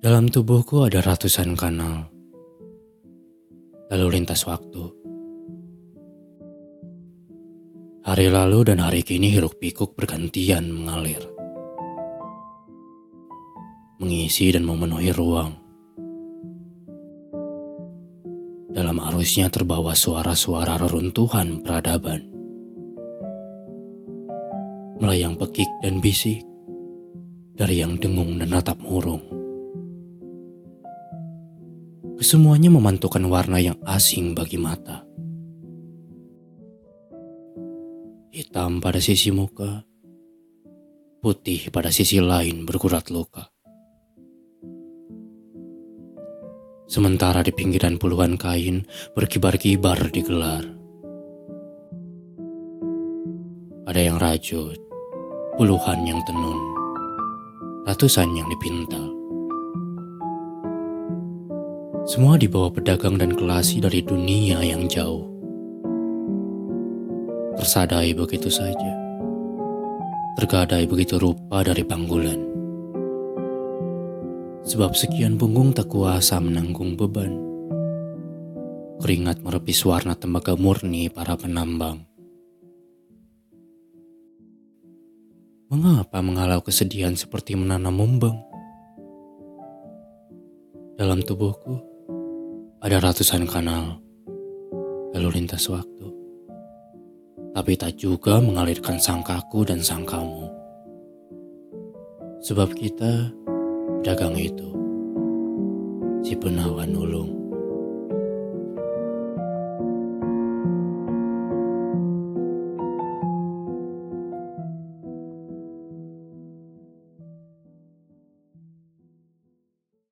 Dalam tubuhku ada ratusan kanal, lalu lintas waktu. Hari lalu dan hari kini hiruk pikuk bergantian mengalir, mengisi dan memenuhi ruang. Dalam arusnya terbawa suara-suara reruntuhan peradaban, melayang pekik dan bisik dari yang dengung dan natap murung. Kesemuanya memantulkan warna yang asing bagi mata. Hitam pada sisi muka, putih pada sisi lain bergurat luka. Sementara di pinggiran puluhan kain berkibar-kibar digelar. Ada yang rajut, puluhan yang tenun, ratusan yang dipintal. Semua dibawa pedagang dan kelasi dari dunia yang jauh. Tersadai begitu saja, tergadai begitu rupa dari panggulan. Sebab sekian punggung tak kuasa menanggung beban. Keringat merepis warna tembaga murni para penambang. Mengapa menghalau kesedihan seperti menanam mumbang? Dalam tubuhku ada ratusan kanal, lalu lintas waktu. Tapi tak juga mengalirkan sangkaku dan sangkamu. Sebab kita pedagang itu, si penawan ulung.